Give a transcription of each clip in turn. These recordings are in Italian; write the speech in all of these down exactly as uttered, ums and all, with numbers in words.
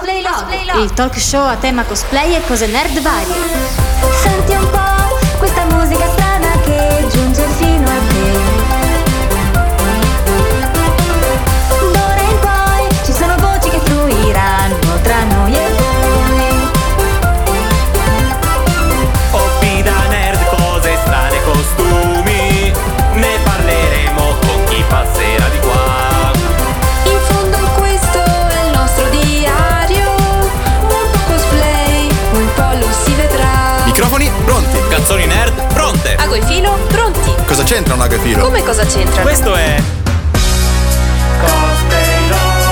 Cosplay Log, il talk show a tema cosplay e cose nerd varie. Senti un po' questa musica strana che giunge fino a te. D'ora in poi ci sono voci che fruiranno tra noi e voi. Hobby da nerd, cose strane, costumi, ne parleremo con chi passerà di qua. In fondo questo è il nostro diario, un po' cosplay, un po' lo si vedrà. Microfoni pronti. Canzoni nerd pronte. Ago e filo pronti. Cosa c'entra un ago e filo? Come cosa c'entra? Questo è Cosplay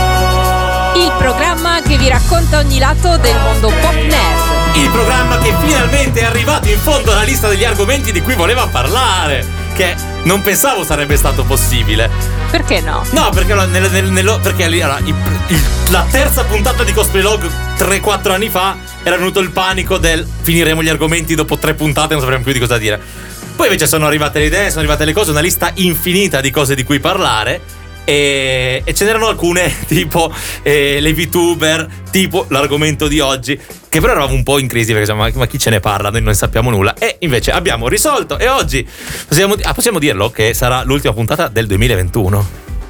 Log, Il programma che vi racconta ogni lato del mondo pop nerd. il programma che finalmente è arrivato in fondo alla lista degli argomenti di cui voleva parlare, che non pensavo sarebbe stato possibile. Perché no? No, perché, nel, nel, nel, perché allora, il, il, la terza puntata di Cosplay Log tre quattro anni fa era venuto il panico del finiremo gli argomenti dopo tre puntate, non sapremo più di cosa dire. Poi invece sono arrivate le idee, sono arrivate le cose, una lista infinita di cose di cui parlare. E, e ce n'erano alcune tipo eh, le VTuber, tipo l'argomento di oggi, che però eravamo un po' in crisi perché ma, ma chi ce ne parla, noi non sappiamo nulla, e invece abbiamo risolto. E oggi possiamo, ah, possiamo dirlo che sarà l'ultima puntata del duemilaventuno.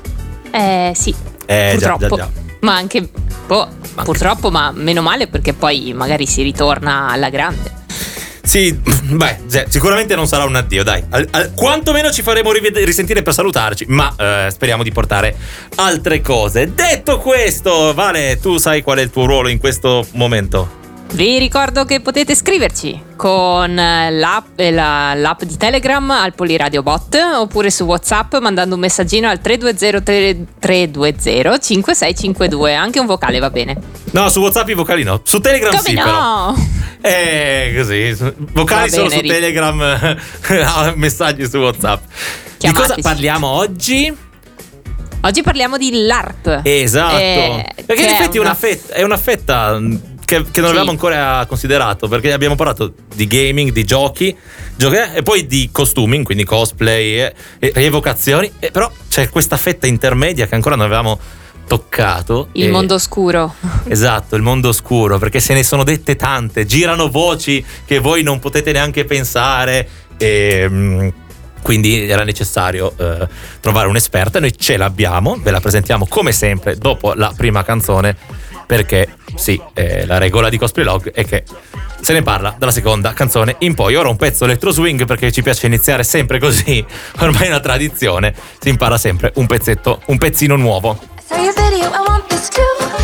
Eh sì, Eh, già, purtroppo. già, già. Ma anche, boh, Ma purtroppo, ma meno male perché poi magari si ritorna alla grande. Sì, beh, sicuramente non sarà un addio, dai. Al, al, quantomeno ci faremo rived- risentire per salutarci, ma eh, speriamo di portare altre cose. Detto questo, Vale, tu sai qual è il tuo ruolo in questo momento? Vi ricordo che potete scriverci con l'app, la, l'app di Telegram al Poliradio Bot oppure su WhatsApp mandando un messaggino al tre due zero tre due zero cinque sei cinque due. Anche un vocale va bene. No, su WhatsApp i vocali no. Su Telegram Come sì, no? però. Eh, così. Vocali Va solo bene, su ri- Telegram, messaggi su WhatsApp. Di cosa Chiamateci. parliamo oggi? Oggi parliamo di LARP. Esatto. Eh, perché in che è effetti è una una- fetta, è una fetta che, che non Sì. avevamo ancora considerato, perché abbiamo parlato di gaming, di giochi, giochi e poi di costuming, quindi cosplay e, e rievocazioni, e però c'è questa fetta intermedia che ancora non avevamo toccato. Il e- mondo oscuro. Esatto, il mondo oscuro, perché se ne sono dette tante, girano voci che voi non potete neanche pensare e mm, quindi era necessario eh, trovare un'esperta. Noi ce l'abbiamo, ve la presentiamo come sempre dopo la prima canzone, perché sì, eh, la regola di Cosplay Log è che se ne parla dalla seconda canzone in poi. Ora un pezzo electro swing perché ci piace iniziare sempre così, ormai è una tradizione, si impara sempre un pezzetto, un pezzino nuovo. Saw your video, I want this too.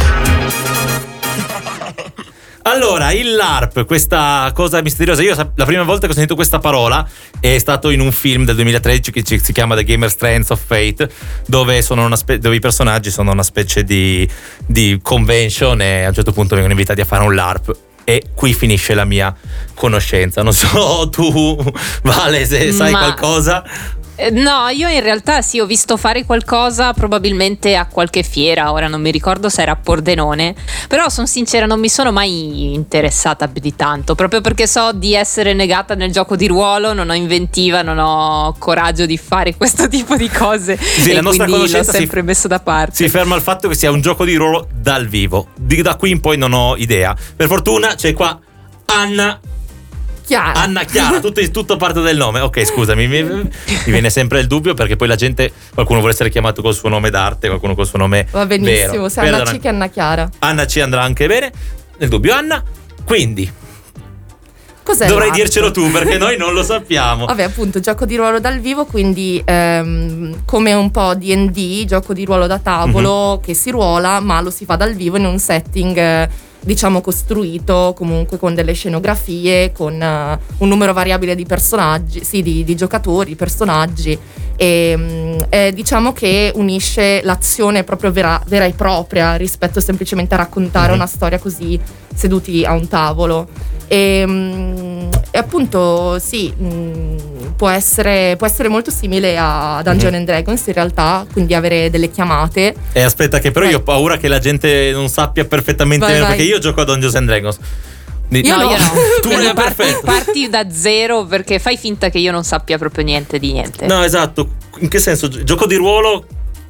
Allora, il LARP, questa cosa misteriosa. Io la prima volta che ho sentito questa parola è stato in un film del duemilatredici che si chiama The Gamer Strands of Fate, dove, sono una spe- dove i personaggi sono una specie di, di convention e a un certo punto vengono invitati a fare un LARP. E qui finisce la mia conoscenza. Non so, tu, Vale, se sai Ma- qualcosa. Eh, No, io in realtà sì, ho visto fare qualcosa probabilmente a qualche fiera, ora non mi ricordo se era a Pordenone, però sono sincera non mi sono mai interessata più di tanto, proprio perché so di essere negata nel gioco di ruolo, non ho inventiva, non ho coraggio di fare questo tipo di cose Sì, e la nostra quindi l'ho conoscenza si- sempre messo da parte. Si ferma al fatto che sia un gioco di ruolo dal vivo. Di, da qui in poi non ho idea. Per fortuna c'è qua Anna. Chiara. Anna Chiara, tutto, tutto parte del nome. Ok, scusami, mi, mi viene sempre il dubbio perché poi la gente, qualcuno vuole essere chiamato col suo nome d'arte, qualcuno col suo nome Va benissimo, vero. sia Anna Per- C che Anna Chiara. Anna C andrà anche bene. Nel dubbio Anna. Quindi Cos'è dovrei l'ARP? dircelo tu perché noi non lo sappiamo. Vabbè, appunto, gioco di ruolo dal vivo, quindi ehm, come un po' D and D, gioco di ruolo da tavolo Mhm. che si ruola, ma lo si fa dal vivo in un setting eh, diciamo costruito, comunque con delle scenografie, con eh, un numero variabile di personaggi, sì, di, di giocatori, personaggi, e mm, eh, diciamo che unisce l'azione proprio vera, vera e propria rispetto semplicemente a raccontare Mhm. una storia così seduti a un tavolo. E, mm, e appunto sì, mm, può essere, può essere molto simile a Dungeons Mhm. and Dragons in realtà, quindi avere delle chiamate. E aspetta che però io ho paura che la gente non sappia perfettamente Vai, bene, vai. perché io gioco a Dungeons and Dragons. Di- Io No, no. io no. Tu Quindi è parti, perfetto. parti da zero perché fai finta che io non sappia proprio niente di niente. No, esatto. In che senso? Gioco di ruolo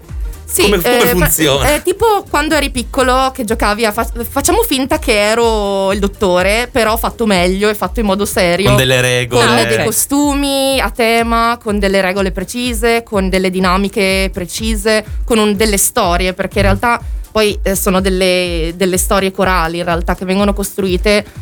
Sì, come, come eh, funziona? È tipo quando eri piccolo che giocavi a fa- facciamo finta che ero il dottore, però fatto meglio e fatto in modo serio. Con delle regole. Con Ah, dei ok. costumi a tema, con delle regole precise, con delle dinamiche precise, con un- delle storie, perché in realtà poi eh, sono delle, delle storie corali in realtà che vengono costruite eh,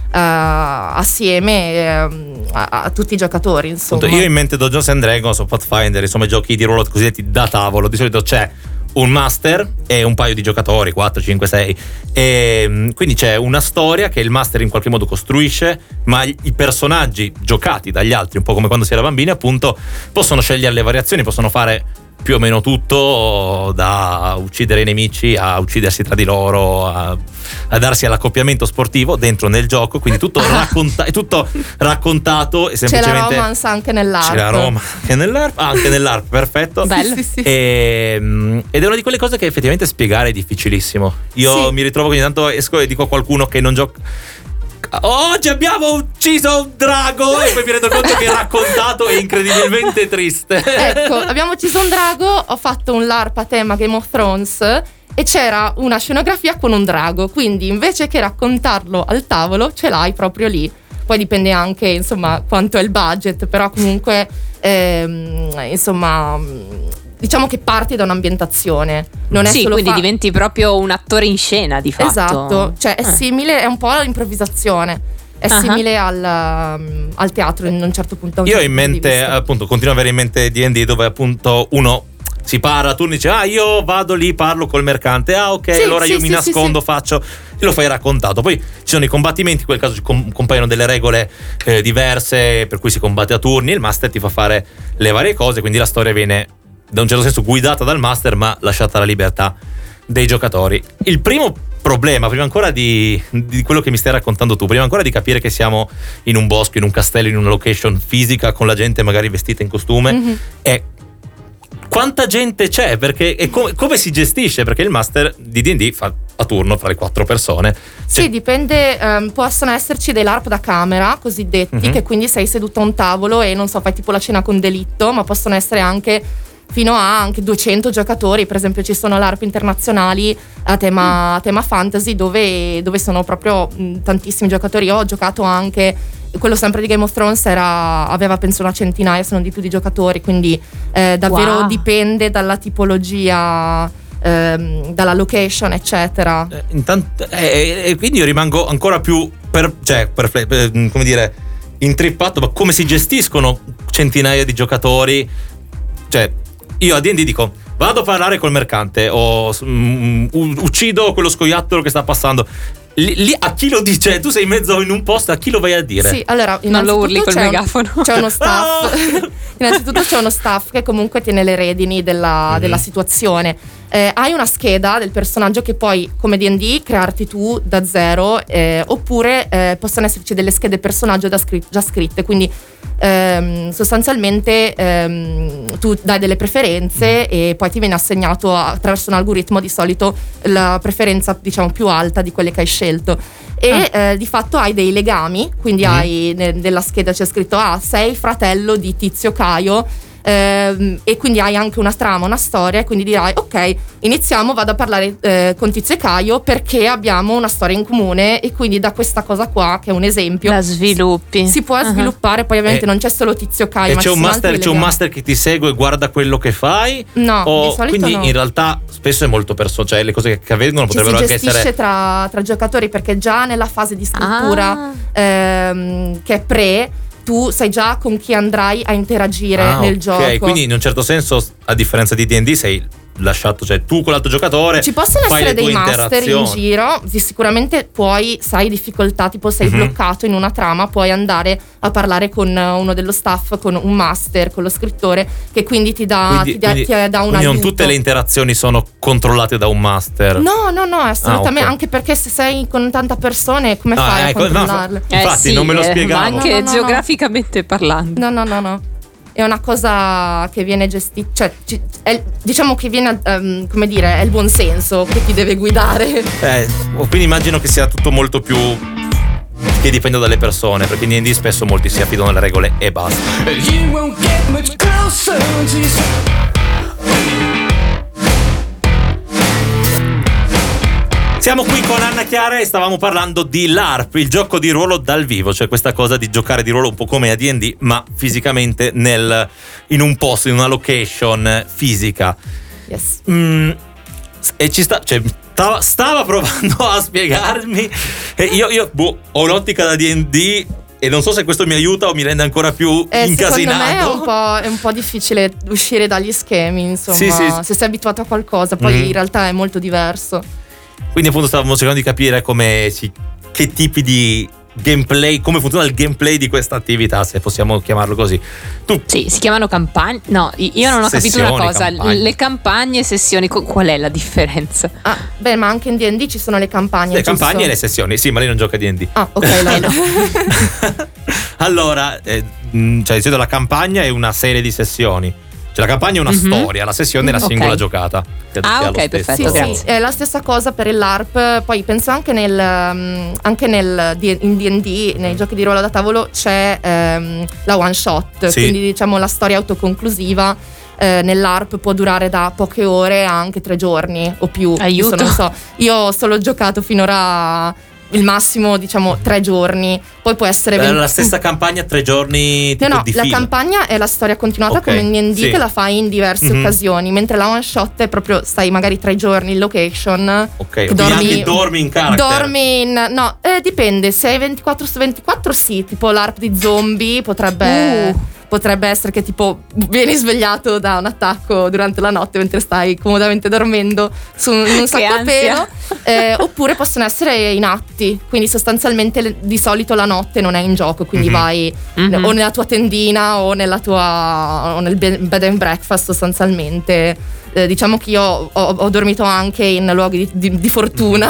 assieme eh, a, a tutti i giocatori, insomma. Appunto, io ho in mente Dungeons and Dragons o Pathfinder, insomma giochi di ruolo cosiddetti da tavolo. Di solito c'è un master e un paio di giocatori, quattro, cinque, sei, e mm, quindi c'è una storia che il master in qualche modo costruisce, ma i i personaggi giocati dagli altri, un po' come quando si era bambini, appunto, possono scegliere le variazioni, possono fare più o meno tutto, da uccidere i nemici a uccidersi tra di loro, a, a darsi all'accoppiamento sportivo dentro nel gioco, quindi tutto, racconta- è tutto raccontato e C'è la semplicemente romance anche nell'art. c'è la Roma anche nell'arp, anche nell'arp, perfetto. Bello. Sì, sì, sì. E, mm, ed è una di quelle cose che effettivamente spiegare è difficilissimo. Io Sì. mi ritrovo che ogni tanto esco e dico a qualcuno che non gioca: oggi abbiamo ucciso un drago, e poi mi rendo conto che il raccontato è incredibilmente triste. Ecco, abbiamo ucciso un drago, ho fatto un LARP a tema Game of Thrones e c'era una scenografia con un drago, quindi invece che raccontarlo al tavolo ce l'hai proprio lì. Poi dipende anche, insomma, quanto è il budget, però comunque, ehm, insomma, diciamo che parti da un'ambientazione. Non è Sì, solo quindi fa- diventi proprio un attore in scena di fatto. Esatto, cioè è Eh. simile, è un po' all'improvvisazione, è Ah. simile al, um, al teatro in un certo punto. da un Io ho certo in punto di mente, vista. appunto, continuo ad avere in mente D and D, dove appunto uno si para a turni, dice: ah, io vado lì, parlo col mercante, ah ok, Sì, allora sì, io mi sì, nascondo, sì, sì. faccio, e lo fai raccontato. Poi ci sono i combattimenti, in quel caso ci com- compaiono delle regole eh, diverse, per cui si combatte a turni, il master ti fa fare le varie cose, quindi la storia viene da un certo senso guidata dal master, ma lasciata alla libertà dei giocatori. Il primo problema, prima ancora di, di quello che mi stai raccontando tu, prima ancora di capire che siamo in un bosco, in un castello, in una location fisica con la gente magari vestita in costume, Mhm. è quanta gente c'è, perché e come, come si gestisce, perché il master di D and D fa a turno fra le quattro persone. Sì, Cioè, dipende, ehm, possono esserci dei LARP da camera, cosiddetti, Mhm. che quindi sei seduto a un tavolo e non so, fai tipo la cena con delitto, ma possono essere anche fino a anche duecento giocatori. Per esempio ci sono LARP internazionali a tema, a tema fantasy dove, dove sono proprio mh, tantissimi giocatori. Io ho giocato anche, quello sempre di Game of Thrones era, aveva penso una centinaia, se non di più, di giocatori, quindi eh, davvero Wow. dipende dalla tipologia, ehm, dalla location, eccetera. eh, intanto, eh, e quindi io rimango ancora più per, cioè, perple- per- come dire, intrippato, ma come si gestiscono centinaia di giocatori? Cioè, io a D and D dico: vado a parlare col mercante, o mm, u- uccido quello scoiattolo che sta passando. Lì, lì a chi lo dice? Tu sei in mezzo in un posto, a chi lo vai a dire? Sì, allora Non lo urli innanzitutto col c'è un- megafono. C'è uno staff. Innanzitutto c'è uno staff che comunque tiene le redini della, Mhm. della situazione. Eh, hai una scheda del personaggio che puoi, come D and D, crearti tu da zero, eh, oppure eh, possono esserci delle schede personaggio da scri- già scritte, quindi ehm, sostanzialmente ehm, tu dai delle preferenze e poi ti viene assegnato a- attraverso un algoritmo di solito la preferenza, diciamo, più alta di quelle che hai scelto. E eh, di fatto hai dei legami, quindi Mhm. hai ne- nella scheda c'è scritto: ah, sei fratello di Tizio Caio, ehm, e quindi hai anche una trama, una storia, e quindi dirai: ok, iniziamo, vado a parlare eh, con Tizio e Caio perché abbiamo una storia in comune, e quindi da questa cosa qua, che è un esempio, La sviluppi. si può Ah. sviluppare. Poi ovviamente E- non c'è solo Tizio Caio, E ma c'è ci un, sono master, altri c'è un legami. master che ti segue e guarda quello che fai? No, O- di solito quindi no. in realtà spesso è molto personale, cioè le cose che avvengono Ci si potrebbero anche gestisce essere. tra, tra giocatori, perché già nella fase di scrittura Ah. ehm, che è pre, tu sai già con chi andrai a interagire Ah, nel ok, gioco. quindi in un certo senso, a differenza di D and D, sei lasciato, cioè tu con l'altro giocatore Ci possono fai essere le tue dei master in interazioni. giro, sì, sicuramente puoi, sai difficoltà, tipo sei Mhm. bloccato in una trama, puoi andare a parlare con uno dello staff, con un master, con lo scrittore, che quindi ti dà, Quindi, ti dà, quindi- ti dà un quindi non aiuto. tutte le interazioni sono controllate da un master. No, no, no, assolutamente, Ah, ok. anche perché se sei con tanta persone, come Ah, fai a ecco, no, controllarle? Eh Infatti, sì, non me lo eh, spiegavo. Ma anche No, no, no, geograficamente parlando. No, no, no, no. È una cosa che viene gestita, cioè ci- è- diciamo che viene, ehm, come dire, è il buon senso che ti deve guidare. Eh, quindi immagino che sia tutto molto più che dipende dalle persone, perché in D and D spesso molti si affidano alle regole e basta. You won't get much closer until you Siamo qui con Anna Chiara e stavamo parlando di LARP, il gioco di ruolo dal vivo, cioè questa cosa di giocare di ruolo un po' come A D and D, ma fisicamente nel, in un posto, in una location fisica. Yes. Mm, e ci sta, cioè, stava, stava provando a spiegarmi. E io, io boh, ho un'ottica da D and D e non so se questo mi aiuta o mi rende ancora più Eh, incasinato. secondo me è un, po', è un po' difficile uscire dagli schemi, insomma, Sì, sì. se sei abituato a qualcosa, poi Mm. in realtà è molto diverso. Quindi appunto stavamo cercando di capire come si, che tipi di gameplay, come funziona il gameplay di questa attività, se possiamo chiamarlo così. Tu Sì, si chiamano campagne. No, io non ho capito Sessioni, una cosa. campagne. Le campagne e sessioni, co- qual è la differenza? Ah, beh, ma anche in D and D ci sono le campagne. le giusto? campagne e le sessioni. Sì, ma lei non gioca a D and D. Ah, ok, allora. Allora, eh, mh, cioè, di solito la campagna è una serie di sessioni. Cioè la campagna è una Mhm. storia, la sessione è la Ok. singola giocata. Credo Ah, sia ok, lo stesso. perfetto, Sì, grazie. sì, è la stessa cosa per il LARP. Poi penso anche nel, um, anche nel D- in D and D, nei giochi di ruolo da tavolo, c'è ehm, la one shot, Sì. quindi diciamo la storia autoconclusiva. Eh, nell'ARP può durare da poche ore a anche tre giorni o più. Aiuto. Adesso non so, io ho solo giocato finora il massimo, diciamo, tre giorni. Poi può essere È venti la stessa campagna, tre giorni tipo No, no, di la fila. campagna è la storia continuata Ok, come in D and D, sì. che la fai in diverse Mhm. occasioni, mentre la one shot è proprio, stai magari tre giorni in location. Ok, che quindi anche dormi in character. Dormi in. No, eh, dipende, se hai ventiquattro su ventiquattro sì, tipo l'ARP di zombie potrebbe. Uh. Potrebbe essere che tipo vieni svegliato da un attacco durante la notte mentre stai comodamente dormendo su un, in un Che sacco a ansia. pelo. Eh, oppure possono essere in atti, quindi sostanzialmente le- di solito la notte non è in gioco, quindi Mhm. vai Mhm. o nella tua tendina o nella tua o nel be- bed and breakfast sostanzialmente. Eh, diciamo che io ho, ho dormito anche in luoghi di, di- di fortuna.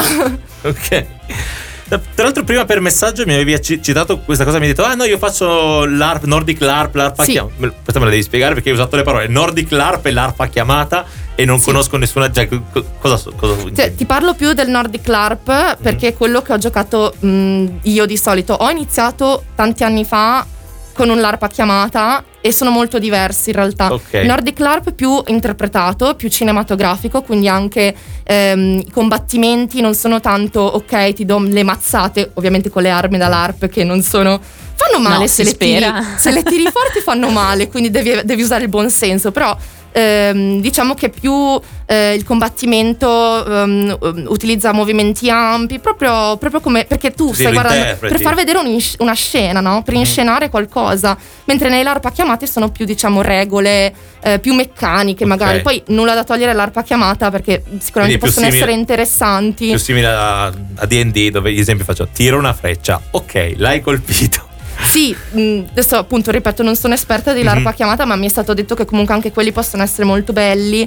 Ok. Tra l'altro prima per messaggio mi avevi ci- citato questa cosa, mi hai detto ah no io faccio l'ARP, Nordic LARP, l'ARP a Sì. chiamata. Me- Questa me la devi spiegare perché hai usato le parole Nordic LARP e l'ARP a chiamata e non Sì. conosco nessuna, cioè, co- cosa, cosa Cioè, intendi? ti parlo più del Nordic LARP perché è quello che ho giocato mh, io di solito. Ho iniziato tanti anni fa con un LARP a chiamata e sono molto diversi in realtà. Ok. Il Nordic LARP più interpretato, più cinematografico, quindi anche ehm, i combattimenti non sono tanto ok, ti do le mazzate, ovviamente con le armi da LARP che non sono. Fanno male No, se, si le tiri, spera. se le tiri forti fanno male, quindi devi, devi usare il buon senso, però ehm, diciamo che più eh, il combattimento ehm, um, utilizza movimenti ampi, proprio, proprio come perché tu Sì, stai lo guardando interpreti. per far vedere un- una scena, no? Per inscenare qualcosa, mentre nei LARP a chiamate sono più diciamo regole eh, più meccaniche Ok. magari, poi nulla da togliere all'ARP a chiamata perché sicuramente Quindi più possono simile- essere interessanti. Più simile a, a D and D dove ad esempio faccio tiro una freccia, ok l'hai colpito. Sì, mh, adesso appunto ripeto non sono esperta di LARP Mhm. a chiamata, ma mi è stato detto che comunque anche quelli possono essere molto belli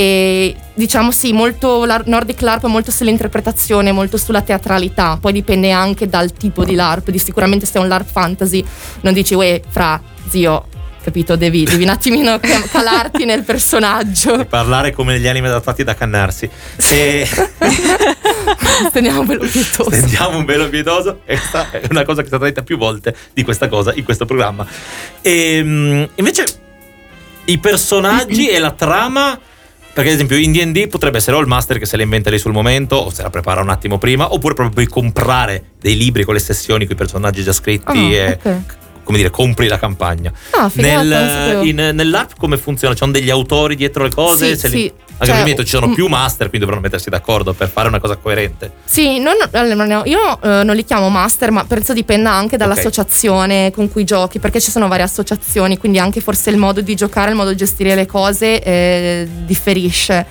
e diciamo sì, molto lar- Nordic LARP molto sull'interpretazione, molto sulla teatralità, poi dipende anche dal tipo di LARP, di sicuramente se è un LARP fantasy non dici uè fra zio, capito, devi, devi un attimino ca- calarti nel personaggio. Parlare come negli anime adattati da cannarsi. E Teniamo bello pietoso. stendiamo un velo pietoso. Questa è una cosa che è stata detta più volte di questa cosa in questo programma. E mh, invece i personaggi e la trama, perché ad esempio in D and D potrebbe essere o il master che se la inventa lì sul momento o se la prepara un attimo prima, oppure proprio puoi comprare dei libri con le sessioni con i personaggi già scritti Ah, e ok. come dire compri la campagna. Ah, figata, non Nel, sapevo. in, nell'ARP come funziona? Ci sono degli autori dietro le cose? Sì, Se li- sì. Anche Cioè, ovviamente ci sono mm. più master, quindi dovranno mettersi d'accordo per fare una cosa coerente. Sì, non- allora, no, io eh, non li chiamo master, ma penso dipenda anche dall'associazione con cui giochi, perché ci sono varie associazioni, quindi anche forse il modo di giocare, il modo di gestire le cose eh, differisce.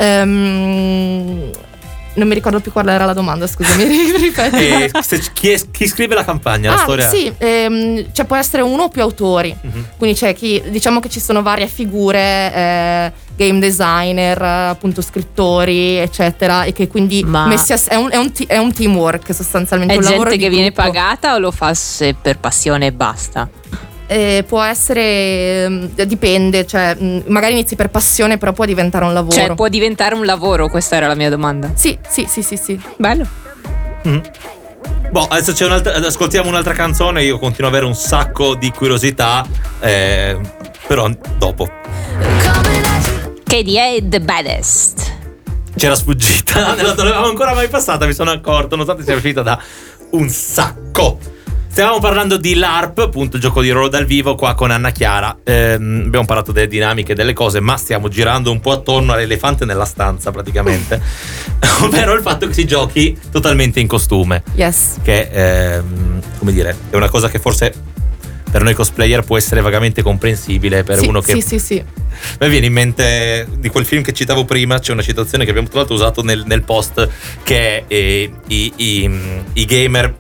Ehm, non mi ricordo più qual era la domanda, scusami, ripeti. E se- chi, è- chi scrive la campagna? La Ah, storia? sì, ehm, cioè può essere uno o più autori. Mhm. Quindi c'è chi, diciamo che ci sono varie figure, eh, game designer, eh, appunto scrittori, eccetera, e che quindi Ma- messi ass- è, un, è, un ti- è un teamwork sostanzialmente. È un lavoro gente di che viene gruppo. pagata o lo fa se per passione e basta? Eh, può essere, mm, dipende, cioè mm, magari inizi per passione, però può diventare un lavoro. Cioè può diventare un lavoro, questa era la mia domanda. Sì, sì, sì, sì, sì. Bello. Mhm. Boh, adesso c'è un'altra, ascoltiamo un'altra canzone. Io continuo ad avere un sacco di curiosità, eh, però dopo. K D A The Baddest. c'era sfuggita, non l'avevamo ancora mai passata, mi sono accorto, nonostante sia uscita da un sacco. Stavamo parlando di LARP, appunto il gioco di ruolo dal vivo qua con Anna Chiara. Ehm, abbiamo parlato delle dinamiche, delle cose, ma stiamo girando un po' attorno all'elefante nella stanza praticamente, ovvero il fatto che si giochi totalmente in costume. Yes. Che ehm, come dire, è una cosa che forse per noi cosplayer può essere vagamente comprensibile, per sì, uno che... Sì, sì, sì. Mi viene in mente di quel film che citavo prima, c'è una citazione che abbiamo tra l'altro usato nel, nel post, che è eh, i, i, i gamer...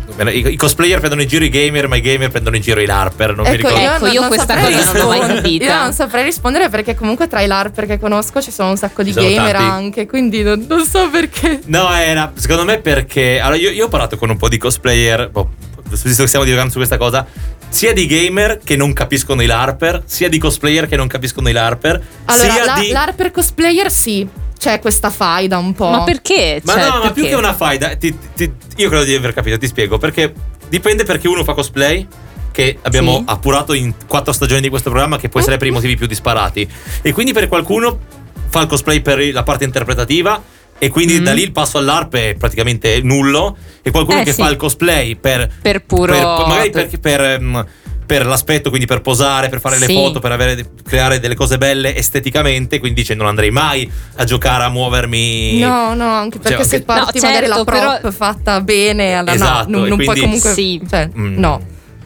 I cosplayer prendono in giro i gamer, ma i gamer prendono in giro i larper. Non ecco, mi ricordo. Ecco, io questa cosa non l'ho mai capita. Io non saprei rispondere perché comunque tra i larper che conosco ci sono un sacco di Ci sono gamer tanti. anche, quindi non, non so perché. No, era secondo me perché allora io, io ho parlato con un po' di cosplayer, boh, visto che stiamo divagando su questa cosa, sia di gamer che non capiscono i larper, sia di cosplayer che non capiscono i larper. Allora, sia la, di... larper cosplayer sì, c'è questa faida un po'. Ma perché? Ma Cioè, no, ma perché? più che una faida, ti, ti, io credo di aver capito, ti spiego. Perché dipende perché uno fa cosplay, che abbiamo Sì. appurato in quattro stagioni di questo programma, che può essere per i motivi più disparati. E quindi per qualcuno fa il cosplay per la parte interpretativa, e quindi Mm. da lì il passo all'ARP è praticamente nullo. E qualcuno Eh, che sì. fa il cosplay per, Per puro- per- magari per- per, per, ehm, per l'aspetto, quindi per posare, per fare le Sì. foto, per avere, creare delle cose belle esteticamente, quindi dice non andrei mai a giocare a muovermi. No, no, anche perché Cioè, se ok. parti No, magari la certo, prop però- fatta bene, allora Esatto, no, non, e non puoi quindi- comunque Sì. cioè, Mm. no.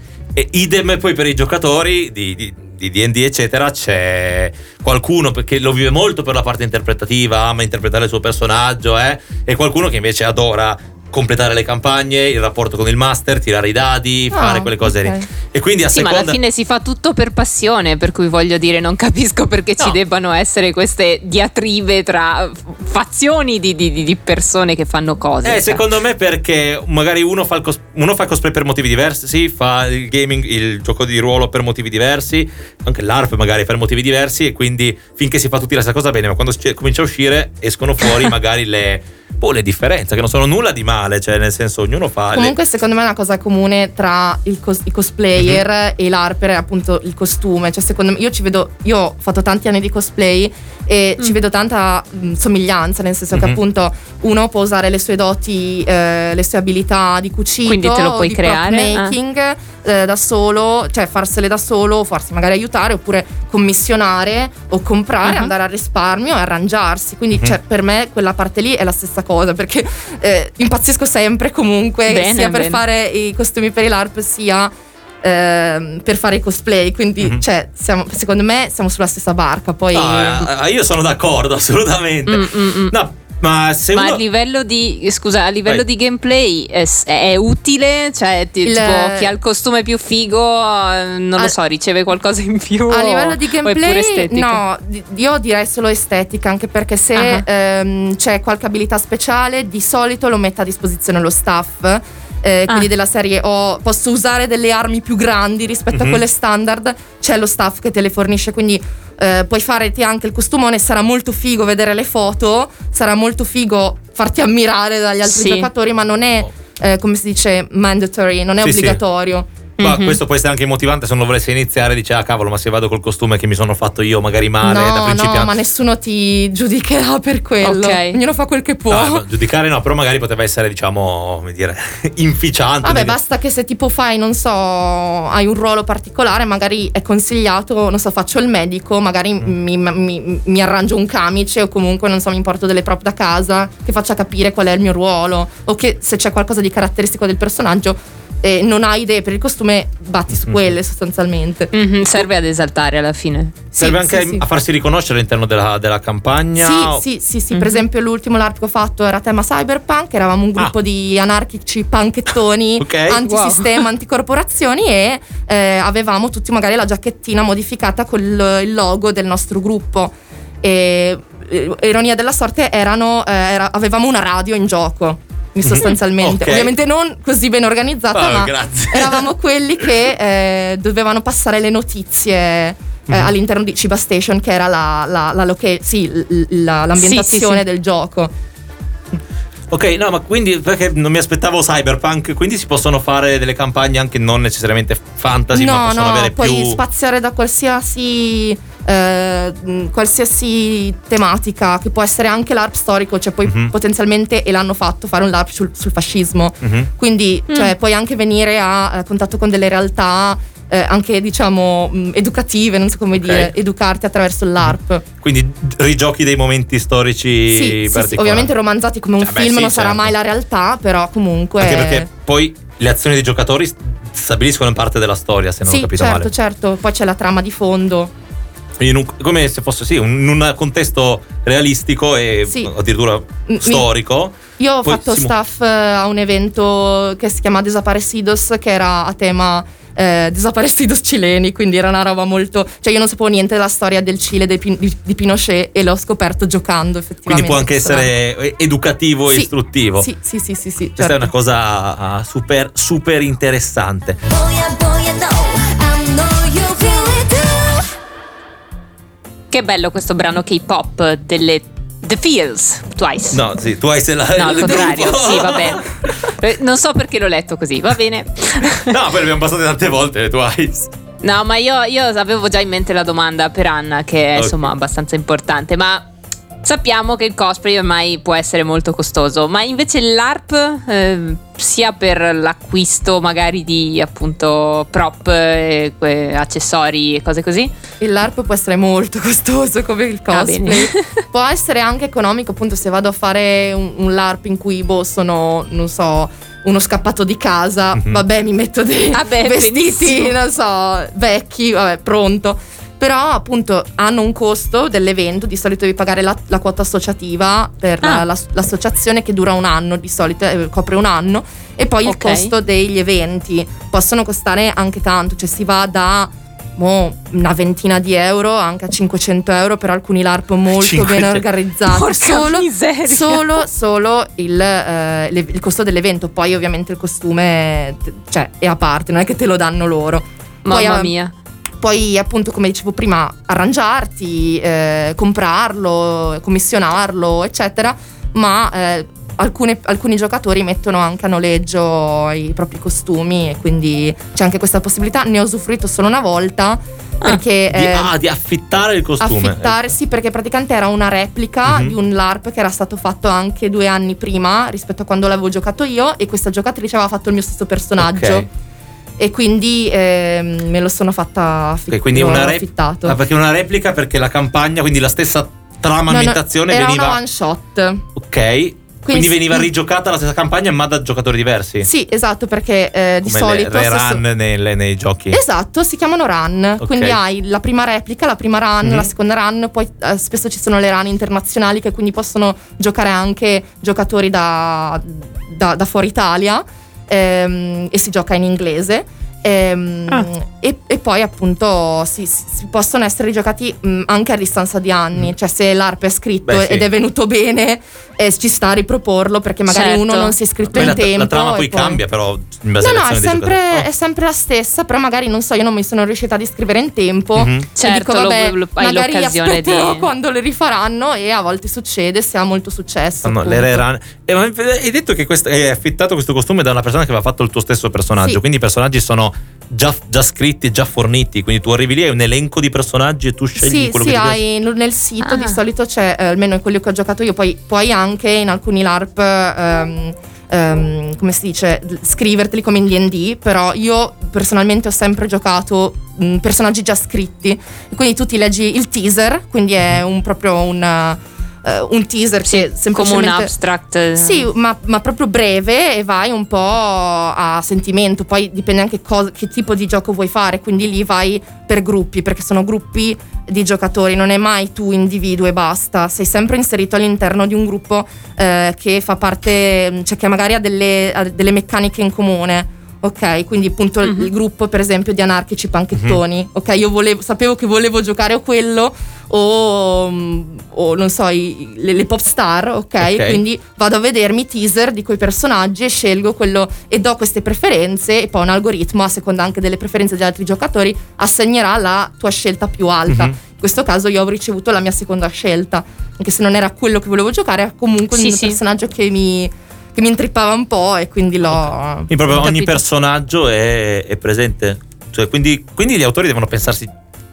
E idem poi per i giocatori di, di, di D and D eccetera, c'è qualcuno che lo vive molto per la parte interpretativa, ama interpretare il suo personaggio, eh, e qualcuno che invece adora completare le campagne, il rapporto con il master, tirare i dadi, Ah, fare quelle cose ok. lì. E quindi a Sì, ma seconda alla fine si fa tutto per passione, per cui voglio dire, non capisco perché No. ci debbano essere queste diatribe tra fazioni di, di- di persone che fanno cose. Eh, cioè. secondo me perché magari uno fa il cos- uno fa il cosplay per motivi diversi, sì, fa il gaming, il gioco di ruolo per motivi diversi, anche l'ARP magari per motivi diversi, e quindi finché si fa tutti la stessa cosa bene, ma quando c- comincia a uscire escono fuori magari le, boh, le differenze, che non sono nulla di male, cioè nel senso ognuno fa le- Comunque secondo me è una cosa comune tra il cos- i cosplayer Mhm. e l'harper è appunto il costume. Cioè secondo me, io ci vedo, io ho fatto tanti anni di cosplay e ci vedo tanta mh, somiglianza, nel senso che Mhm. appunto uno può usare le sue doti, eh, le sue abilità di cucito, Quindi te lo puoi di creare, prop making eh, da solo, cioè farsele da solo o farsi magari aiutare oppure commissionare o comprare, Mhm. andare al risparmio e arrangiarsi. Quindi Mhm. cioè, per me quella parte lì è la stessa cosa, perché eh, impazzisco sempre comunque Bene, sia per bene. fare i costumi per i LARP sia ehm, per fare i cosplay. Quindi Mhm. cioè, siamo, secondo me siamo sulla stessa barca. Poi No, eh, io sono d'accordo assolutamente. Mm, mm, mm. No, ma se Ma uno a livello di scusa, a livello Vai. di gameplay è, è utile? Cioè, ti- Il- tipo, chi ha il costume più figo, eh, non lo A- so, riceve qualcosa in più? a livello di o è pure gameplay, estetica? no, di- io direi solo estetica, anche perché se Ah. ehm, c'è qualche abilità speciale, di solito lo mette a disposizione lo staff. Eh, quindi Ah. della serie ho, posso usare delle armi più grandi rispetto Mhm. a quelle standard, c'è lo staff che te le fornisce, quindi eh, puoi farti anche il costumone, sarà molto figo vedere le foto, sarà molto figo farti ammirare dagli altri Sì. giocatori, ma non è eh, come si dice mandatory, non è Sì, sì. obbligatorio. ma Mhm. questo può essere anche motivante se uno volesse iniziare, dice ah cavolo, ma se vado col costume che mi sono fatto io magari male da No, principiante. no, ma nessuno ti giudicherà per quello. Ok. Ognuno fa quel che può. No, no, giudicare no, però magari poteva essere, diciamo, come dire, inficiante. Vabbè, Quindi- basta che se tipo fai, non so, hai un ruolo particolare, magari è consigliato, non so, faccio il medico, magari Mm. mi, mi- mi arrangio un camice o comunque, non so, mi porto delle prop da casa che faccia capire qual è il mio ruolo, o che se c'è qualcosa di caratteristico del personaggio e non hai idee per il costume, batti su Mm. quelle sostanzialmente. Mhm, serve ad esaltare alla fine. Serve Sì, anche sì, sì. a farsi riconoscere all'interno della, della campagna. o- Sì, sì, sì, sì. Mhm. Per esempio l'ultimo LARP che ho fatto era tema cyberpunk, eravamo un gruppo Ah. di anarchici panchettoni, Ok. antisistema, anticorporazioni e eh, avevamo tutti magari la giacchettina modificata con il, il logo del nostro gruppo. E eh, ironia della sorte erano, eh, era- avevamo una radio in gioco. Sostanzialmente, Ok. ovviamente non così ben organizzata, Oh, ma grazie. eravamo quelli che eh, dovevano passare le notizie eh, Mhm. all'interno di Ciba Station, che era la, la, la loca- sì, l- la- l'ambientazione Sì, sì, sì. del gioco. Ok, no, ma quindi perché non mi aspettavo cyberpunk, quindi si possono fare delle campagne anche non necessariamente fantasy, ma No, possono no, avere puoi più. spaziare da qualsiasi eh, mh, qualsiasi tematica, che può essere anche l'A R P storico, cioè poi Mhm. potenzialmente, e l'hanno fatto, fare un LARP sul, sul fascismo. Mhm. Quindi cioè, puoi anche venire a, a contatto con delle realtà eh, anche diciamo mh, educative, non so come Ok. dire, educarti attraverso il LARP. Quindi rigiochi dei momenti storici Sì, sì, sì, particolari. ovviamente romanzati come un Cioè, beh, film, sì, non sarà certo. mai la realtà, però comunque Anche perché poi le azioni dei giocatori stabiliscono parte della storia, se non sì, ho capito certo, male. certo, poi c'è la trama di fondo. In un- come se fosse sì, un- in un contesto realistico e Sì. addirittura Mi- storico. Io ho Poi fatto si mu- staff eh, a un evento che si chiama Desaparecidos, che era a tema eh, Desaparecidos cileni, quindi era una roba molto, cioè io non sapevo niente della storia del Cile dei Pin- di, di Pinochet, e l'ho scoperto giocando effettivamente. Quindi può anche Questa roba. essere educativo e Sì, istruttivo. Sì, sì, sì, sì, sì, Questa certo. è una cosa ah, super, super interessante. Boya, boya, no, I know you feel it too. Che bello questo brano K-pop delle The Feels, Twice. No, sì, tu hai se la. No, al il contrario, gruppo. sì, va bene. Eh, Non so perché l'ho letto così, va bene. No, poi le abbiamo passate tante volte le Twice. No, ma io, io avevo già in mente la domanda per Anna, che è Ok. insomma abbastanza importante, ma sappiamo che il cosplay ormai può essere molto costoso, ma invece l'ARP, eh, sia per l'acquisto magari di appunto prop, eh, que- accessori e cose così? Il LARP può essere molto costoso come il Ah, cosplay. bene. Può essere anche economico, appunto, se vado a fare un, un LARP in cui boh, sono, non so, uno scappato di casa, Mhm. vabbè, mi metto dei Vabbè, vestiti, benissimo. non so, vecchi, vabbè, pronto. Però appunto hanno un costo dell'evento, di solito devi pagare la, la quota associativa per Ah. la- la- l'associazione, che dura un anno, di solito eh, copre un anno, e poi il Ok. costo degli eventi possono costare anche tanto, cioè si va da mo, una ventina di euro anche a cinquecento euro per alcuni LARP molto cinquecento. ben organizzati. Porca solo, miseria. solo, solo il, eh, le- il costo dell'evento, poi ovviamente il costume t- cioè, è a parte, non è che te lo danno loro. Poi, Mamma eh, mia. Poi appunto, come dicevo prima, arrangiarti, eh, comprarlo, commissionarlo, eccetera, ma eh, alcune- alcuni giocatori mettono anche a noleggio i propri costumi, e quindi c'è anche questa possibilità. Ne ho usufruito solo una volta perché Di, eh, ah, di affittare il costume. affittare, sì, perché praticamente era una replica Mhm. di un LARP che era stato fatto anche due anni prima rispetto a quando l'avevo giocato io, e questa giocatrice aveva fatto il mio stesso personaggio. Ok. E quindi ehm, me lo sono fatta affittare. Ok, quindi una, rep- affittato. ah, perché una replica, perché la campagna, quindi la stessa trama, No, no, ambientazione era veniva. una one shot. Ok. Quindi, sì- veniva rigiocata la stessa campagna, ma da giocatori diversi. Sì, esatto, perché eh, di Come solito le, le stesso- run nelle- nei giochi. Esatto, si chiamano run. Ok. Quindi hai la prima replica, la prima run, Mhm. la seconda run, poi eh, spesso ci sono le run internazionali, che quindi possono giocare anche giocatori da, da- da fuori Italia, ehm, e si gioca in inglese. Ehm, Ah. e, e poi appunto si, si possono essere giocati mh, anche a distanza di anni, cioè se l'ARP è scritto Beh, sì. ed è venuto bene, eh, ci sta a riproporlo, perché magari Certo. uno non si è iscritto Beh, in la, tempo. la trama e poi cambia, però in base No, alle no, è azioni dei sempre, giocatori. è sempre la stessa, però magari non so, io non mi sono riuscita ad iscrivere in tempo. Mhm. E Certo, dico, lo- vabbè, lo- hai magari l'occasione aspetterò di- quando le rifaranno, e a volte succede, se ha molto successo. No, no, le appunto. rerun. Eh, ma hai detto che questo, hai affittato questo costume da una persona che aveva fatto il tuo stesso personaggio, Sì. quindi i personaggi sono già, già scritti, già forniti, quindi tu arrivi lì, hai un elenco di personaggi e tu scegli Sì, quello sì, che ti piace. hai nel sito Ah. di solito c'è, eh, almeno in quelli che ho giocato io, poi puoi anche in alcuni LARP, ehm, ehm, come si dice, scriverteli come in D and D, però io personalmente ho sempre giocato mh, personaggi già scritti, e quindi tu ti leggi il teaser, quindi è un, proprio un, eh, un teaser Sì, che come un semplicemente... abstract. eh. Sì, ma, ma proprio breve, e vai un po' a sentimento, poi dipende anche cos- che tipo di gioco vuoi fare, quindi lì vai per gruppi, perché sono gruppi di giocatori, non è mai tu individuo e basta, sei sempre inserito all'interno di un gruppo eh, che fa parte, cioè che magari ha delle, ha delle meccaniche in comune. Ok, quindi appunto il- il gruppo per esempio di anarchici panchettoni. Ok, io volevo, sapevo che volevo giocare o quello o, mm, o non so, i- le, le pop star, ok? Ok. Quindi vado a vedermi i teaser di quei personaggi e scelgo quello e do queste preferenze, e poi un algoritmo, a seconda anche delle preferenze di altri giocatori, assegnerà la tua scelta più alta. Mhm. In questo caso io ho ricevuto la mia seconda scelta, anche se non era quello che volevo giocare, era comunque Sì, un sì. personaggio che mi, che mi intrippava un po', e quindi l'ho... Quindi proprio Ho ogni capito. personaggio è, è presente. Cioè, quindi, quindi gli autori devono pensarsi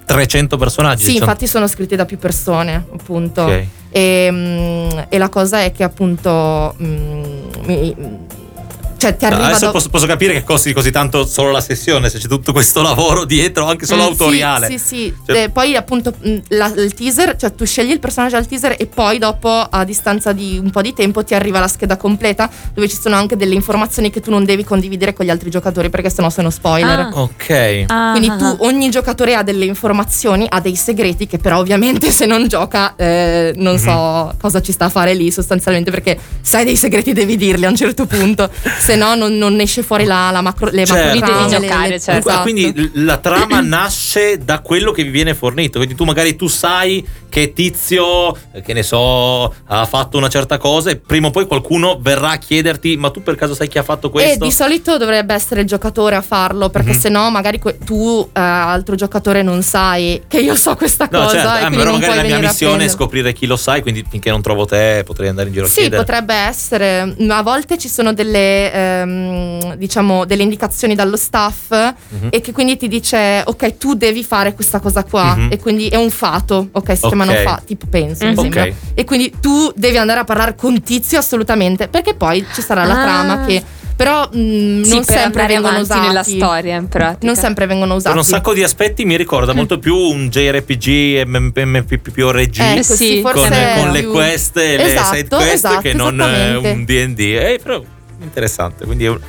trecento personaggi. Sì, Sono- infatti sono scritti da più persone, appunto. Ok. E, mm, e la cosa è che appunto mm, mi- cioè ti No, arriva adesso do- posso, posso capire che costi così tanto solo la sessione, se c'è tutto questo lavoro dietro, anche solo Mm, autoriale. Sì, sì, sì. Cioè- Eh, poi appunto mh, la- il teaser, cioè tu scegli il personaggio al teaser e poi dopo, a distanza di un po' di tempo, ti arriva la scheda completa dove ci sono anche delle informazioni che tu non devi condividere con gli altri giocatori perché sennò sono spoiler. Ah. Ok. Ah, Quindi ah, tu, ah. ogni giocatore ha delle informazioni, ha dei segreti che però ovviamente se non gioca eh, non Mhm. so cosa ci sta a fare lì sostanzialmente, perché se hai dei segreti devi dirli a un certo punto, se no non, non esce fuori la, la macro, le Certo. macro Devi trame, giocare, le- certo. Ah, esatto. quindi l- la trama nasce da quello che vi viene fornito. Quindi tu magari tu sai che Tizio, eh, che ne so, ha fatto una certa cosa e prima o poi qualcuno verrà a chiederti: ma tu per caso sai chi ha fatto E questo? di solito dovrebbe essere il giocatore a farlo, perché Mhm. se no magari que- tu, eh, altro giocatore, non sai che io so questa No, cosa. certo, e eh, quindi però non magari puoi la mia venire a missione è prendere. scoprire chi lo sai, quindi finché non trovo te potrei andare in giro a Sì, chiedere. potrebbe essere. Ma a volte ci sono delle, ehm, diciamo, delle indicazioni dallo staff Mhm. e che quindi ti dice: ok, tu devi fare questa cosa qua. Mhm. E quindi è un fato, ok? Si Ok. chiamano fa, tipo penso, mi Mhm. sembra. Ok. E quindi tu devi andare a parlare con Tizio assolutamente, perché poi ci sarà la Ah. trama che però mh, Sì, non per sempre andare vengono avanti usati. nella storia, in pratica. Non sempre vengono usati. Per un sacco di aspetti mi ricorda molto più un J R P G, M M P P R G. Ecco, Sì, sì, con, forse con le più- quest e le Esatto, side quest esatto, che non eh, esattamente. un D and D. Eh, però interessante. Quindi è un-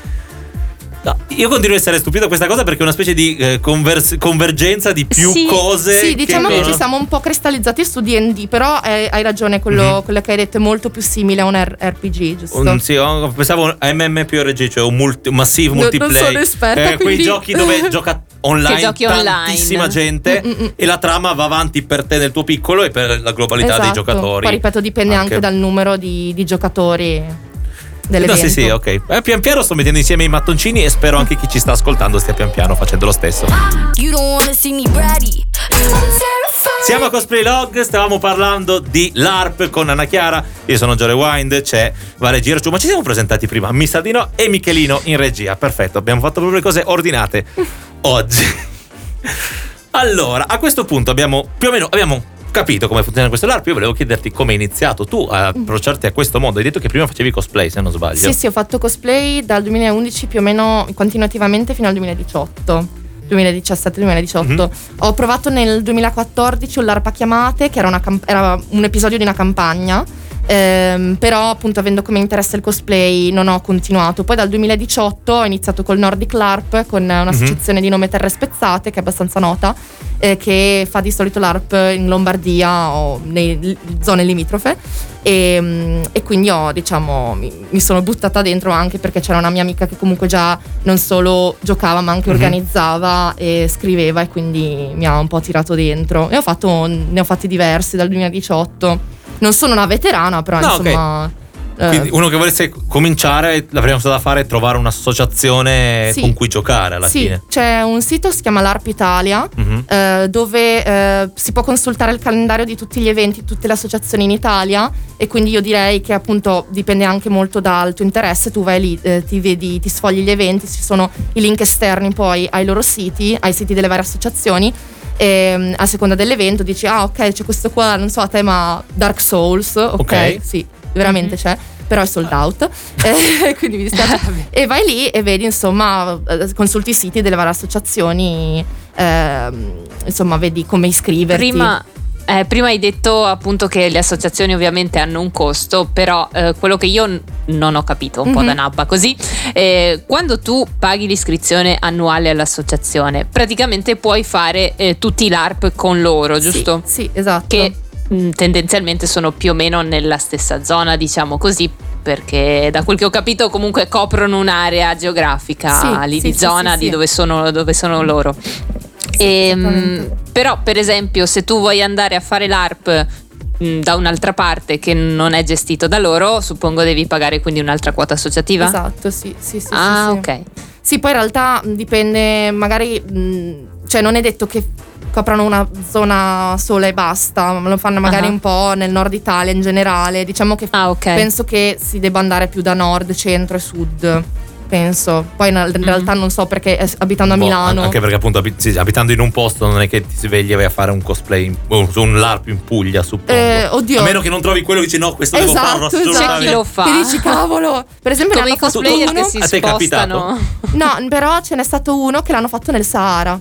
no, io continuo a essere stupito da questa cosa perché è una specie di eh, convers- convergenza di più Sì, cose. Sì, diciamo che, non- ci siamo un po' cristallizzati su D and D, però eh, hai ragione, quello, Mhm. quello che hai detto è molto più simile a un R- RPG, giusto? Un, sì, ho- pensavo a M M P R G, cioè un, multi- un massive No, non multiplayer. sono esperta, Eh, quei quindi- giochi dove gioca online Che giochi online. tantissima gente Mm, mm, mm. e la trama va avanti per te nel tuo piccolo e per la globalità dei Esatto. giocatori. Poi ripeto, dipende anche, dal numero di, di giocatori No, dell'evento. sì, sì, ok. Eh, pian piano sto mettendo insieme i mattoncini e spero anche chi ci sta ascoltando stia pian piano facendo lo stesso. You don't wanna see me bratty. I'm terrified. Siamo a Cosplay Log, stavamo parlando di LARP con Anna Chiara, io sono Joe Rewind, c'è Vale Girciu, ma ci siamo presentati prima, Mi sa di no e Michelino in regia, perfetto, abbiamo fatto proprio le cose ordinate oggi. Allora, a questo punto abbiamo più o meno abbiamo capito come funziona questo LARP, io volevo chiederti come hai iniziato tu a approcciarti a questo mondo, hai detto che prima facevi cosplay se non sbaglio. Sì, sì, ho fatto cosplay dal duemilaundici più o meno continuativamente fino al duemiladiciotto. duemiladiciassette duemiladiciotto. Mhm. Ho provato nel duemilaquattordici un LARP a chiamate, che era, una camp- era un episodio di una campagna. Ehm, però appunto avendo come interesse il cosplay non ho continuato. Poi dal duemiladiciotto ho iniziato col Nordic LARP con un'associazione Mhm. di nome Terre Spezzate, che è abbastanza nota, eh, che fa di solito LARP in Lombardia o nelle zone limitrofe. E, mm, e quindi ho, diciamo, mi, mi sono buttata dentro anche perché c'era una mia amica che comunque già non solo giocava ma anche Mhm. organizzava e scriveva, e quindi mi ha un po' tirato dentro e ho fatto, ne ho fatti diversi dal duemiladiciotto. Non sono una veterana, però No, insomma eh, Quindi uno che volesse cominciare, la prima cosa da fare è trovare un'associazione Sì. con cui giocare alla sì, fine. c'è un sito, si chiama LARP Italia, Mhm. eh, dove eh, si può consultare il calendario di tutti gli eventi, tutte le associazioni in Italia, e quindi io direi che appunto dipende anche molto dal tuo interesse. Tu vai lì, eh, ti vedi, ti sfogli gli eventi, ci sono i link esterni poi ai loro siti, ai siti delle varie associazioni. E, a seconda dell'evento dici: ah, ok, c'è questo qua, non so, a tema Dark Souls, ok, Ok. sì, veramente c'è, però è sold out. Eh, quindi mi dispiace. E vai lì e vedi, insomma, eh, consulti i siti delle varie associazioni, ehm, insomma, vedi come iscriverti. Prima, eh, prima hai detto appunto che le associazioni ovviamente hanno un costo, però eh, quello che io n- non ho capito, un po' Mhm. da nabba così, eh, quando tu paghi l'iscrizione annuale all'associazione, praticamente puoi fare eh, tutti i LARP con loro, giusto? Sì, sì, esatto. Che mh, tendenzialmente sono più o meno nella stessa zona, diciamo così, perché da quel che ho capito comunque coprono un'area geografica Sì, lì sì, di sì, zona sì, di sì. dove sono, dove sono loro. Ehm, esattamente. però per esempio se tu vuoi andare a fare l'ARP mh, da un'altra parte che non è gestito da loro, suppongo devi pagare quindi un'altra quota associativa. Esatto, sì, sì, sì. Ah, sì, sì. ok. Sì, poi in realtà mh, dipende, magari, mh, cioè non è detto che coprano una zona sola e basta, ma lo fanno magari Ah. un po' nel nord Italia in generale. Diciamo che Ah, ok. penso che si debba andare più da nord, centro e sud. penso. Poi in in realtà non so perché eh, abitando a Boh, Milano. Anche perché appunto abi- sì, abitando in un posto non è che ti svegli e vai a fare un cosplay in- o un LARP in Puglia, suppongo. Eh, oddio. A meno che non trovi quello che dici no, questo devo Esatto, farlo esatto. assolutamente. C'è chi lo fa. Che dici cavolo. Per esempio Come ne i hanno fatto cosplayer uno. che si A te è spostano. No, però ce n'è stato uno che l'hanno fatto nel Sahara.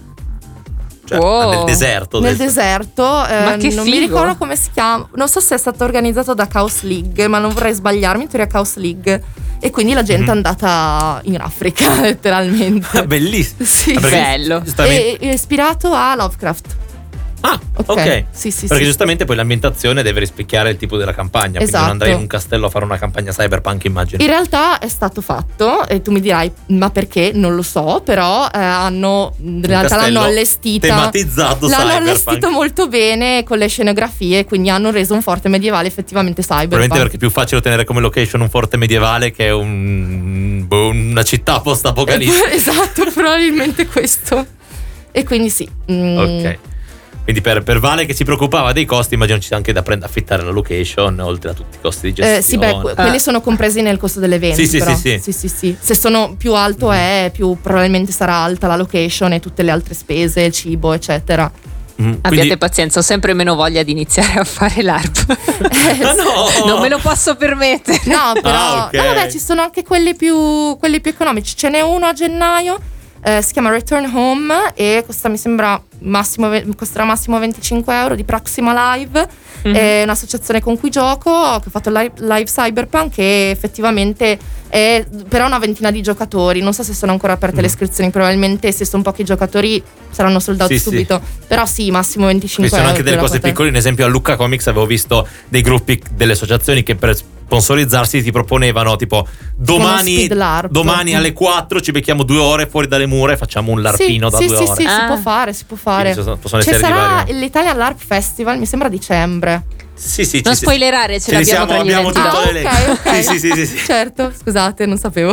Cioè, Wow. nel deserto. Nel del- deserto, eh, Ma che non mi figo. ricordo come si chiama. Non so se è stato organizzato da Chaos League, ma non vorrei sbagliarmi. In teoria Chaos League. E quindi la gente è andata in Africa, letteralmente. Bellissimo. Sì. Ah, perché Bello. giustamente- È, è ispirato a Lovecraft. Ah, ok. Ok. Sì, sì, Perché sì. giustamente poi l'ambientazione deve rispecchiare il tipo della campagna. Quindi Esatto. non andrei in un castello a fare una campagna cyberpunk, immagino. In realtà è stato fatto e tu mi dirai ma perché? Non lo so, però eh, hanno in realtà castello l'hanno allestita tematizzato l'hanno cyberpunk. allestito molto bene con le scenografie, quindi hanno reso un forte medievale effettivamente cyberpunk. Probabilmente perché è più facile ottenere come location un forte medievale che un, boh, una città post-apocalittica. Esatto, probabilmente questo. E quindi sì. mm, Ok. Quindi per, per Vale che si preoccupava dei costi, immagino ci sia anche da prendere affittare la location, oltre a tutti i costi di gestione. Eh, sì, beh, que- quelli sono compresi nel costo dell'evento. Sì, sì, però. sì, sì. sì, sì, sì. Se sono più alto è, più probabilmente sarà alta la location e tutte le altre spese, il cibo, eccetera. Mm, Abbiate quindi- pazienza, ho sempre meno voglia di iniziare a fare l'ARP. Ma no! Non me lo posso permettere. No, però Ah, ok. no, vabbè, ci sono anche quelli più, quelli più economici. Ce n'è uno a gennaio, eh, si chiama Return Home e costa, mi sembra, massimo, ve- costerà massimo venticinque euro di Proxima Live. Mhm. È un'associazione con cui gioco, che ho fatto live, live Cyberpunk, e effettivamente è però una ventina di giocatori. Non so se sono ancora aperte le iscrizioni, probabilmente se sono pochi giocatori saranno sold out Sì, sì. subito. Però sì, massimo Ci venticinque sono euro. anche delle te la cose potete- piccole. In esempio a Lucca Comics avevo visto dei gruppi, delle associazioni che per sponsorizzarsi ti proponevano tipo domani, speed LARP. domani alle quattro ci becchiamo due ore fuori dalle mura e facciamo un larpino sì, da sì, due sì, ore. sì, si Ah. può fare, si può fare. Quindi possono Ci essere di sarà vario. l'Italian LARP Festival, mi sembra a dicembre. Sì, sì, Non ci- spoilerare, ce ce ne l'abbiamo siamo, tra gli abbiamo eventi. tutto Ah, l'elenco. ok, ok. Sì, sì, sì, sì, sì. Certo, scusate, non sapevo.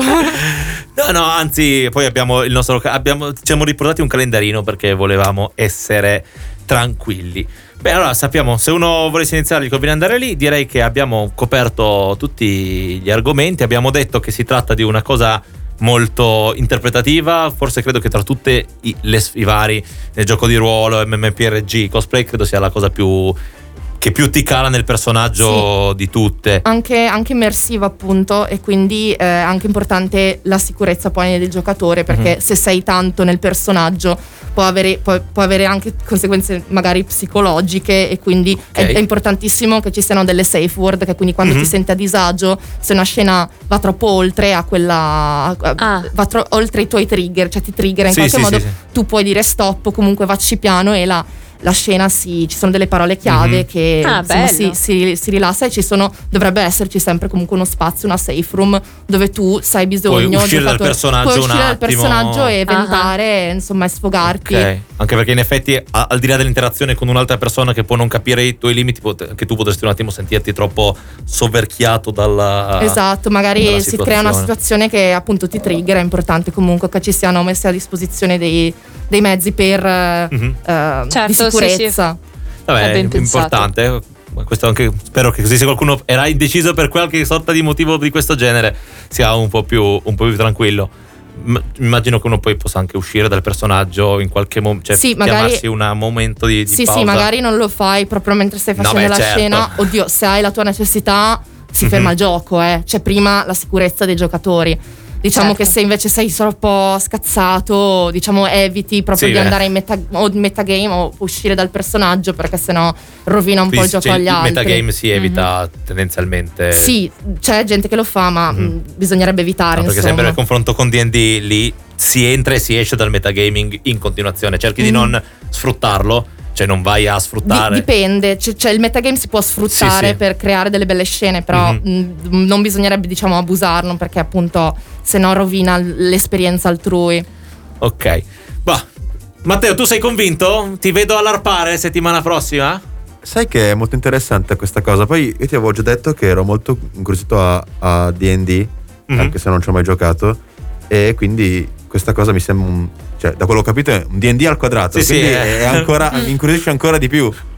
No, no, anzi, poi abbiamo il nostro. Abbiamo, ci siamo riportati un calendarino perché volevamo essere tranquilli. Beh, allora sappiamo, se uno volesse iniziare il conviene andare lì, direi che abbiamo coperto tutti gli argomenti. Abbiamo detto che si tratta di una cosa molto interpretativa. Forse credo che tra tutte i, le, i vari nel gioco di ruolo, MMORPG, cosplay, credo sia la cosa più che più ti cala nel personaggio di tutte. Anche, anche immersiva, appunto, e quindi è eh, anche importante la sicurezza poi del giocatore, perché Mhm. se sei tanto nel personaggio può avere, può, può avere anche conseguenze magari psicologiche, e quindi è, Ok. è importantissimo che ci siano delle safe word, che quindi quando Mhm. ti senti a disagio, se una scena va troppo oltre a quella a- Ah. va tro- oltre i tuoi trigger, cioè ti trigger in Sì, qualche sì, modo, sì, sì. tu puoi dire stop o comunque vacci piano, e la la scena si, ci sono delle parole chiave Mhm. che Ah, insomma, bello. si, si, si rilassa, e ci sono, dovrebbe esserci sempre comunque uno spazio, una safe room dove tu sai bisogno Puoi uscire dal giocatore- personaggio puoi un uscire dal attimo. personaggio e Ah. ventare, insomma, e sfogarti. Ok, anche perché in effetti a- al di là dell'interazione con un'altra persona che può non capire i tuoi limiti, pot- che tu potresti un attimo sentirti troppo sovverchiato dalla Esatto, magari dalla si crea una situazione che appunto ti trigger. È importante comunque che ci siano messi a disposizione dei, dei mezzi per eh, Mhm. eh, Certo, di sì, sicurezza. Vabbè, È ben è importante. Questo anche, spero che così se qualcuno era indeciso per qualche sorta di motivo di questo genere sia un po' più, un po' più tranquillo. M- Immagino che uno poi possa anche uscire dal personaggio in qualche momento, cioè Sì, magari- chiamarsi un momento di, di Sì, pausa. sì, magari non lo fai proprio mentre stai No, facendo beh, la certo. scena. Oddio, se hai la tua necessità si Mhm. ferma il gioco, eh. C'è prima la sicurezza dei giocatori. Diciamo Certo. che se invece sei troppo scazzato, diciamo, eviti proprio Sì, di beh. andare in meta, o in metagame o uscire dal personaggio, perché sennò rovina un po' il Quindi, gioco cioè, agli il altri. metagame si evita tendenzialmente. Sì, c'è gente che lo fa, ma Mhm. mh, bisognerebbe evitare. No, perché insomma. sempre nel confronto con D and D lì si entra e si esce dal metagaming in continuazione. Cerchi di Mm. non sfruttarlo, cioè non vai a Di- sfruttare. dipende, cioè, cioè il metagame si può sfruttare Sì, sì. per creare delle belle scene, però Mhm. mh, non bisognerebbe, diciamo, abusarlo, perché appunto se no rovina l- l'esperienza altrui. Ok. Bah. Matteo, tu sei convinto? Ti vedo all'arpare settimana prossima? Sai che è molto interessante questa cosa. Poi io ti avevo già detto che ero molto incuriosito a, a D and D, Mhm. anche se non ci ho mai giocato, e quindi questa cosa mi sembra un, cioè, da quello che ho capito è un D and D al quadrato, Sì, sì, quindi eh. è ancora, mi incuriosisce ancora di più.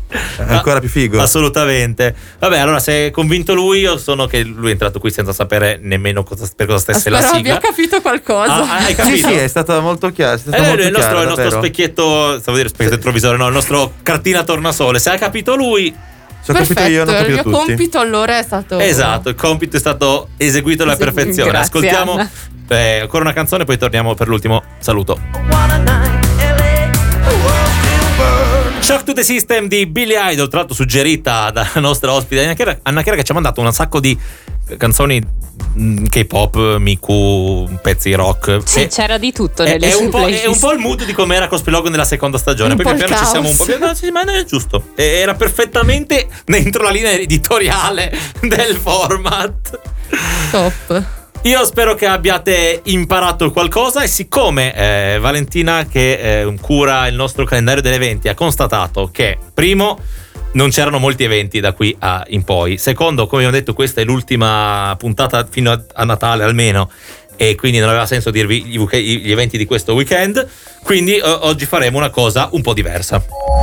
È ancora più figo. Assolutamente. Vabbè, allora se è convinto lui, io sono che lui è entrato qui senza sapere nemmeno cosa, per cosa stesse Spero la sigla. abbia capito qualcosa. Ah, hai capito? Sì, sì, è stata molto chiara. È stata Eh, molto il nostro, chiara, il nostro davvero. specchietto, stavo a dire specchietto retrovisore, no, il nostro cartina tornasole. Se ha capito lui, Se ho capito io, non ho il capito mio tutti. compito allora è stato esatto, il compito è stato eseguito alla Eseguito. perfezione. Grazie, Ascoltiamo Anna. eh, ancora una canzone, poi torniamo per l'ultimo saluto. Shock to the System di Billy Idol, tra l'altro suggerita dalla nostra ospite Anna Chiara, Anna Chiara, che ci ha mandato un sacco di canzoni mh, K-pop, Miku, pezzi rock. Sì, E- c'era di tutto è, nelle è, sue un po', playlist. è un po' il mood di come era Cosplay Log nella seconda stagione. Un Poi po' pian il piano ci siamo un caos. po' più. No, sì, ma è giusto. E- Era perfettamente dentro la linea editoriale del format. top. Io spero che abbiate imparato qualcosa, e siccome eh, Valentina, che eh, cura il nostro calendario degli eventi, ha constatato che primo non c'erano molti eventi da qui a, in poi, secondo, come abbiamo detto, questa è l'ultima puntata fino a, a Natale almeno, e quindi non aveva senso dirvi gli, week- gli eventi di questo weekend, quindi eh, oggi faremo una cosa un po' diversa.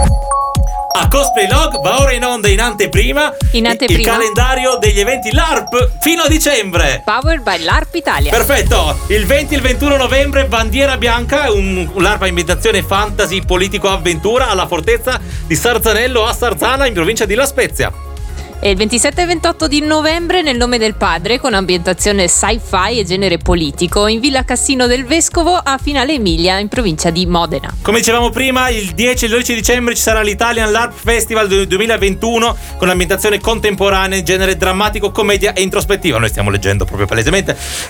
A Cosplay Log va ora in onda in anteprima, In anteprima. il calendario degli eventi LARP fino a dicembre. Powered by l'Arp Italia. Perfetto, il venti e il ventuno novembre Bandiera Bianca, un, un LARP a ambientazione fantasy politico avventura alla fortezza di Sarzanello a Sarzana in provincia di La Spezia. E il ventisette e ventotto di novembre Nel nome del padre, con ambientazione sci-fi e genere politico, in Villa Cassino del Vescovo a Finale Emilia in provincia di Modena. Come dicevamo prima, il dieci e il dodici dicembre ci sarà l'Italian LARP Festival du- duemilaventuno con ambientazione contemporanea in genere drammatico, commedia e introspettiva. Noi stiamo leggendo proprio palesemente.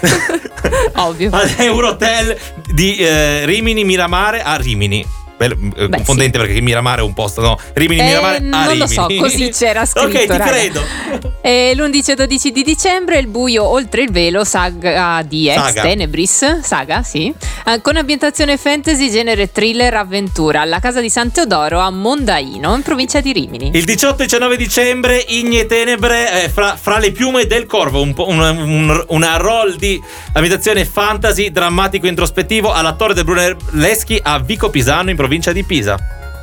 Ovvio. All'Eurotel di eh, Rimini Miramare a Rimini. Beh, eh, Beh, confondente perché Miramare è un posto, no? Rimini Eh, Miramare a non Rimini. lo so, così c'era scritto, Ok, ti raga. credo. E l'undici e dodici di dicembre Il buio oltre il velo, saga di Ex Saga. Tenebris, saga, sì, eh, con ambientazione fantasy, genere thriller avventura, alla casa di San Teodoro a Mondaino in provincia di Rimini. Il diciotto e diciannove dicembre Igne Tenebre eh, fra, fra le piume del corvo, un po', una, un- una roll di ambientazione fantasy drammatico introspettivo alla Torre del Brunelleschi a Vico Pisano in provincia di Pisa.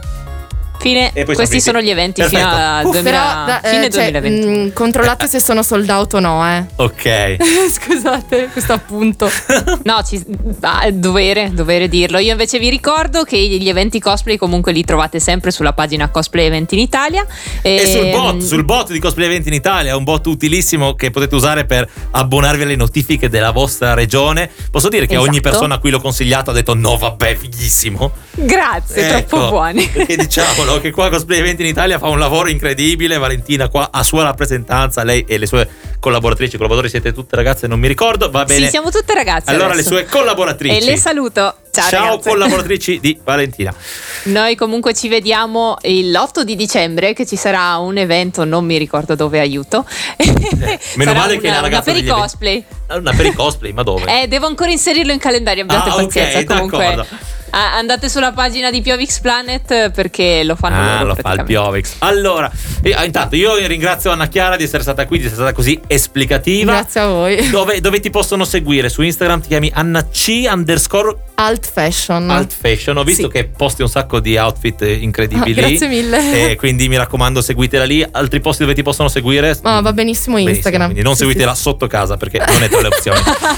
Fine, E poi questi siamo sono gli eventi Perfetto. fino a Uff, duemila, Però da- eh, fine cioè, duemilaventuno. mh, controllate se sono sold out o no, eh. Ok. Scusate, questo appunto. No, ci, ah, è dovere, dovere dirlo. Io invece vi ricordo che gli eventi cosplay comunque li trovate sempre sulla pagina Cosplay Eventi in Italia. E sul bot, Ehm, sul bot di Cosplay Eventi in Italia, un bot utilissimo che potete usare per abbonarvi alle notifiche della vostra regione. Posso dire che Esatto. ogni persona a cui l'ho consigliato ha detto no, vabbè, fighissimo. Grazie, Ecco, troppo buoni. Perché diciamolo che qua Cosplay Eventi in Italia fa un lavoro incredibile. Valentina qua a sua rappresentanza, lei e le sue collaboratrici, collaboratori siete tutte ragazze, non mi ricordo, va bene. Sì, siamo tutte ragazze. Allora adesso. le sue collaboratrici. E le saluto. Ciao, Ciao ragazze. collaboratrici di Valentina. Noi comunque ci vediamo l'otto di dicembre, che ci sarà un evento, non mi ricordo dove, aiuto. Meno Sarà male che una, la ragazza una per i degli eventi- cosplay. Una per i cosplay, ma dove? Eh, devo ancora inserirlo in calendario, abbiate Ah, ok, pazienza. Comunque d'accordo. ah, andate sulla pagina di Piovix Planet perché lo fanno Ah, loro lo fa il praticamente. Piovix. Allora, eh, ah, intanto io ringrazio Anna Chiara di essere stata qui, di essere stata così esplicativa. Grazie a voi. Dove, dove ti possono seguire? Su Instagram ti chiami Anna C underscore Alt fashion. Alt Fashion. Ho visto Sì. che posti un sacco di outfit incredibili. Ah, grazie mille. E quindi mi raccomando, seguitela lì. Altri posti dove ti possono seguire? Ma va benissimo Instagram. Quindi non Sì, seguitela sì. sotto casa perché non è tra le opzioni.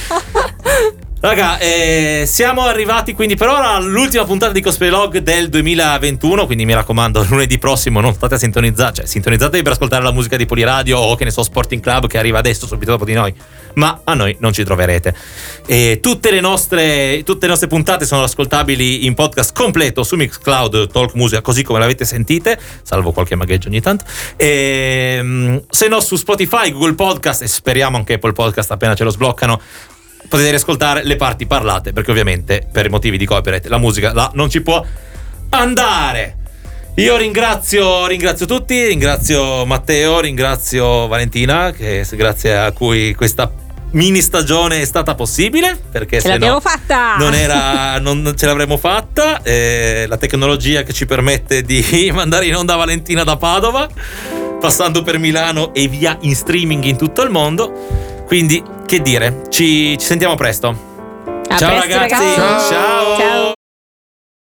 Raga, eh, siamo arrivati quindi per ora all'ultima puntata di Cosplay Log del duemilaventuno, quindi mi raccomando, lunedì prossimo non state a sintonizzare, cioè sintonizzatevi per ascoltare la musica di Poliradio o che ne so Sporting Club che arriva adesso subito dopo di noi, ma a noi non ci troverete. E tutte le nostre tutte le nostre puntate sono ascoltabili in podcast completo su Mixcloud, Talk Musica, così come l'avete sentite, salvo qualche magheggio ogni tanto. E, mm, se no su Spotify, Google Podcast e speriamo anche Apple Podcast appena ce lo sbloccano, potete riascoltare le parti parlate, perché ovviamente per motivi di copyright la musica là non ci può andare. Io ringrazio ringrazio tutti, ringrazio Matteo, ringrazio Valentina, che grazie a cui questa mini stagione è stata possibile, perché Ce se l'abbiamo no fatta! non era non non ce l'avremmo fatta. Eh, la tecnologia che ci permette di mandare in onda Valentina da Padova, passando per Milano e via in streaming in tutto il mondo. Quindi, che dire, ci, ci sentiamo presto. A Ciao presto, ragazzi, ragazzi. ciao. Ciao.